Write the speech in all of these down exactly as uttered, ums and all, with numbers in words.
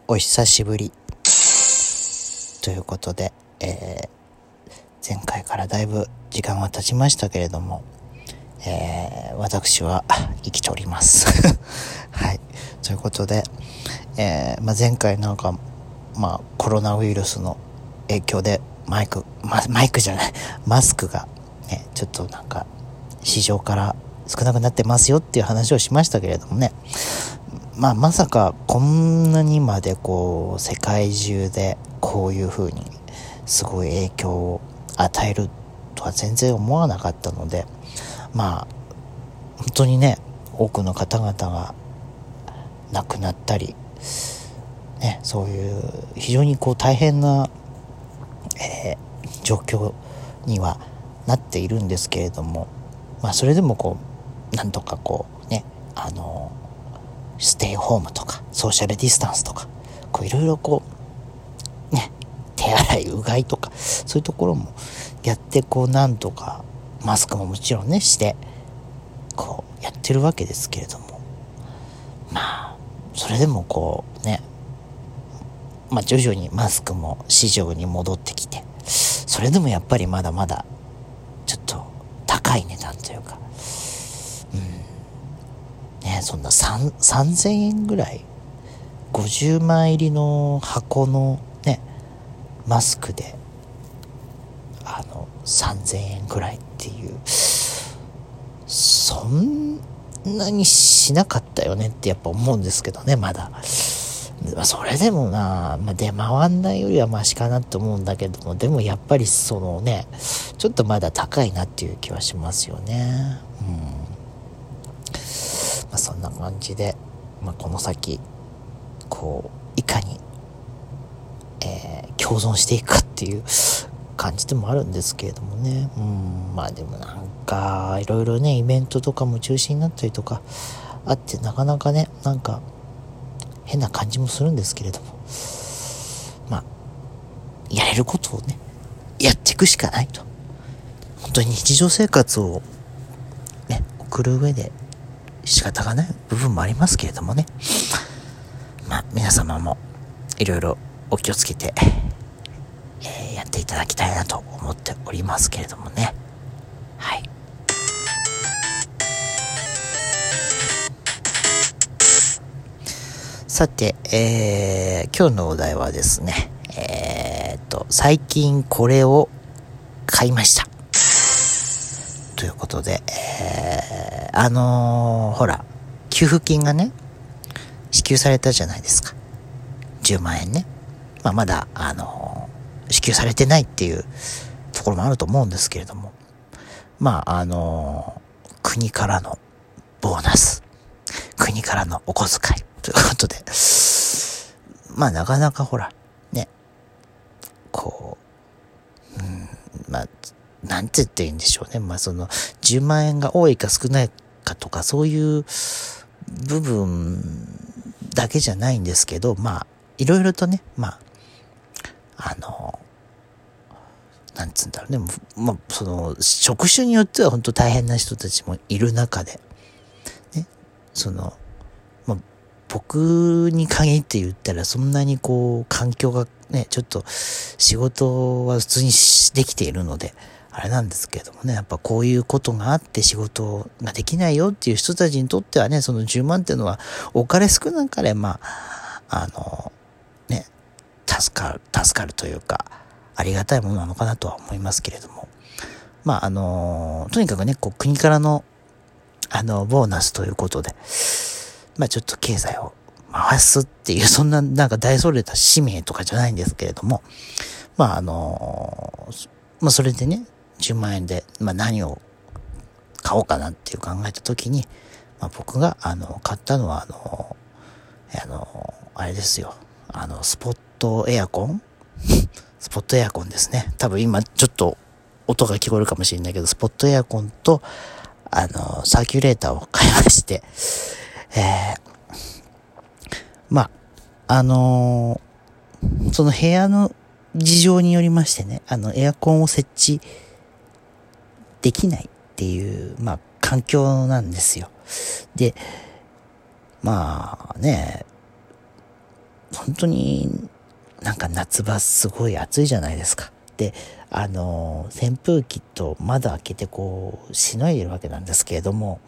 お久しぶりということで、えー、前回からだいぶ時間は経ちましたけれども、えー、私は生きておりますはいということで、えーまあ、前回なんか、まあ、コロナウイルスの影響でマイク、ま、マイクじゃないマスクがねちょっとなんか市場から少なくなってますよっていう話をしましたけれどもね、まあまさかこんなにまでこう世界中でこういう風にすごい影響を与えるとは全然思わなかったので、まあ本当にね多くの方々が亡くなったりね、そういう非常にこう大変な、えー、状況にはなっているんですけれども、まあそれでもこうなんとかこうねあのステイホームとかソーシャルディスタンスとかこういろいろこうね手洗いうがいとかそういうところもやってこうなんとかマスクももちろんねしてこうやってるわけですけれども、まあそれでもこうねまあ徐々にマスクも市場に戻ってきて、それでもやっぱりまだまだちょっと高い値段というか、うんね、そんなさんぜんえんぐらいごじゅうまん入りの箱のねマスクであのさんぜんえんぐらいっていう、そんなにしなかったよねってやっぱ思うんですけどね。まだそれでもな、まあ、出回んないよりはマシかなって思うんだけども、でもやっぱりそのねちょっとまだ高いなっていう気はしますよね。うん、まあ、そんな感じで、まあ、この先こういかに、えー、共存していくかっていう感じでもあるんですけれどもね。うん、まあでもなんかいろいろねイベントとかも中止になったりとかあって、なかなかねなんか変な感じもするんですけれども、まあやれることをねやっていくしかないと。本当に日常生活をね送る上で仕方がない部分もありますけれどもね、まあ皆様もいろいろお気をつけて、えー、やっていただきたいなと思っておりますけれどもね。はい。さて、えー、今日のお題はですね、えー、っと最近これを買いましたということで、えー、あのー、ほら給付金がね支給されたじゃないですか。じゅうまんえんね。まあまだあのー、支給されてないっていうところもあると思うんですけれども、まああのー、国からのボーナス、国からのお小遣いということで、まあなかなかほらねこう、うん、まあなんて言っていいんでしょうね。まあそのじゅうまんえんが多いか少ないかとかそういう部分だけじゃないんですけど、まあいろいろとね、まああのなんつうんだろうね、まあその職種によっては本当大変な人たちもいる中でね、そのまあ僕に限って言ったらそんなにこう環境がねちょっと仕事は普通にできているのであれなんですけれどもね、やっぱこういうことがあって仕事ができないよっていう人たちにとってはね、そのじゅうまんっていうのは多かれ少なかれまああのね助かる助かるというかありがたいものなのかなとは思いますけれども、まああのとにかくねこう国からのあのボーナスということで、まあちょっと経済を回すっていうそんななんか大それた使命とかじゃないんですけれども、まああのまあそれでねじゅうまんえんでまあ何を買おうかなっていう考えた時に、まあ僕があの買ったのはあのあのあれですよ、あのスポットエアコンスポットエアコンですね。多分今ちょっと音が聞こえるかもしれないけど、スポットエアコンとあのサーキュレーターを買いまして、えー、まああのー、その部屋の事情によりましてね、あのエアコンを設置できないっていうまあ環境なんですよ。でまあね本当になんか夏場すごい暑いじゃないですか。で、あの、扇風機と窓開けてこう、しのいでるわけなんですけれども、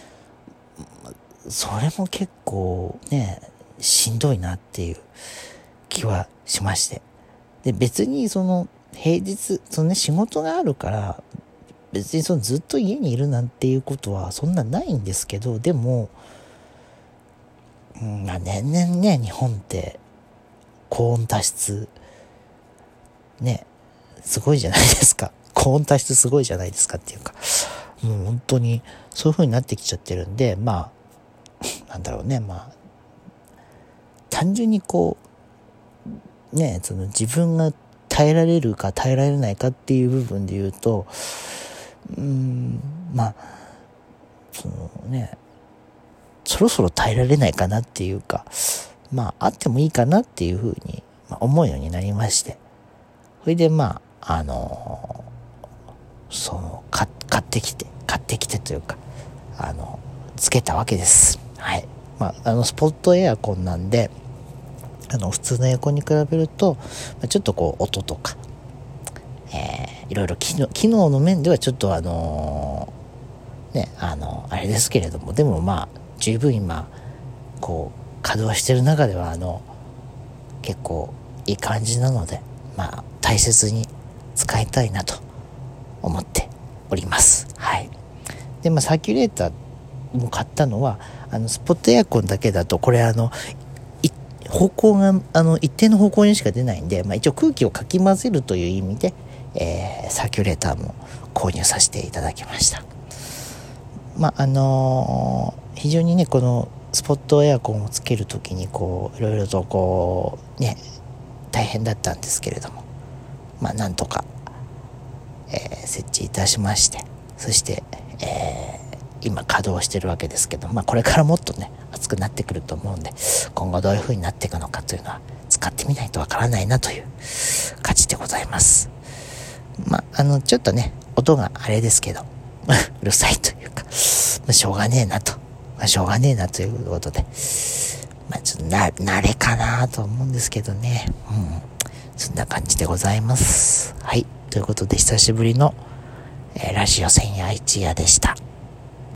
それも結構ね、しんどいなっていう気はしまして。で、別にその、平日、そのね、仕事があるから、別にそのずっと家にいるなんていうことはそんなないんですけど、でも、うん、まあ年々ね、日本って高温多湿、ね、すごいじゃないですか。高温多湿すごいじゃないですかっていうか、もう本当にそういう風になってきちゃってるんで、まあ、なんだろうね、まあ、単純にこう、ね、その自分が耐えられるか耐えられないかっていう部分で言うと、うーん、まあ、そのね、そろそろ耐えられないかなっていうか、まあ、あってもいいかなっていうふうに、まあ、思うようになりまして。それで、まあ、あのー、その、買ってきて、買ってきてというか、あの、つけたわけです。はい。まあ、あの、スポットエアコンなんで、あの、普通のエアコンに比べると、まあ、ちょっとこう、音とか、えー、いろいろ機能、機能の面ではちょっとあのー、ね、あの、あれですけれども、でもまあ、十分今、こう、稼働してる中では、あの、結構いい感じなので、まあ、大切に使いたいなと思っております。はい。で、まあ、サーキュレーターも買ったのは、あの、スポットエアコンだけだと、これあの、方向が、あの、一定の方向にしか出ないんで、まあ、一応空気をかき混ぜるという意味で、えー、サーキュレーターも購入させていただきました。まあ、あのー、非常にね、このスポットエアコンをつけるときに、こう、いろいろとこう、ね、大変だったんですけれども、まあ、なんとか、えー、設置いたしまして、そして、えー、今稼働してるわけですけど、まあ、これからもっとね、暑くなってくると思うんで、今後どういう風になっていくのかというのは、使ってみないとわからないなという感じでございます。まあ、あの、ちょっとね、音があれですけど、うるさいというか、まあ、しょうがねえなと、まあ、しょうがねえなということで、まあ、ちょっとな、慣れかなと思うんですけどね、うん、そんな感じでございます。はい、ということで久しぶりの、えー、ラジオ千夜一夜でした。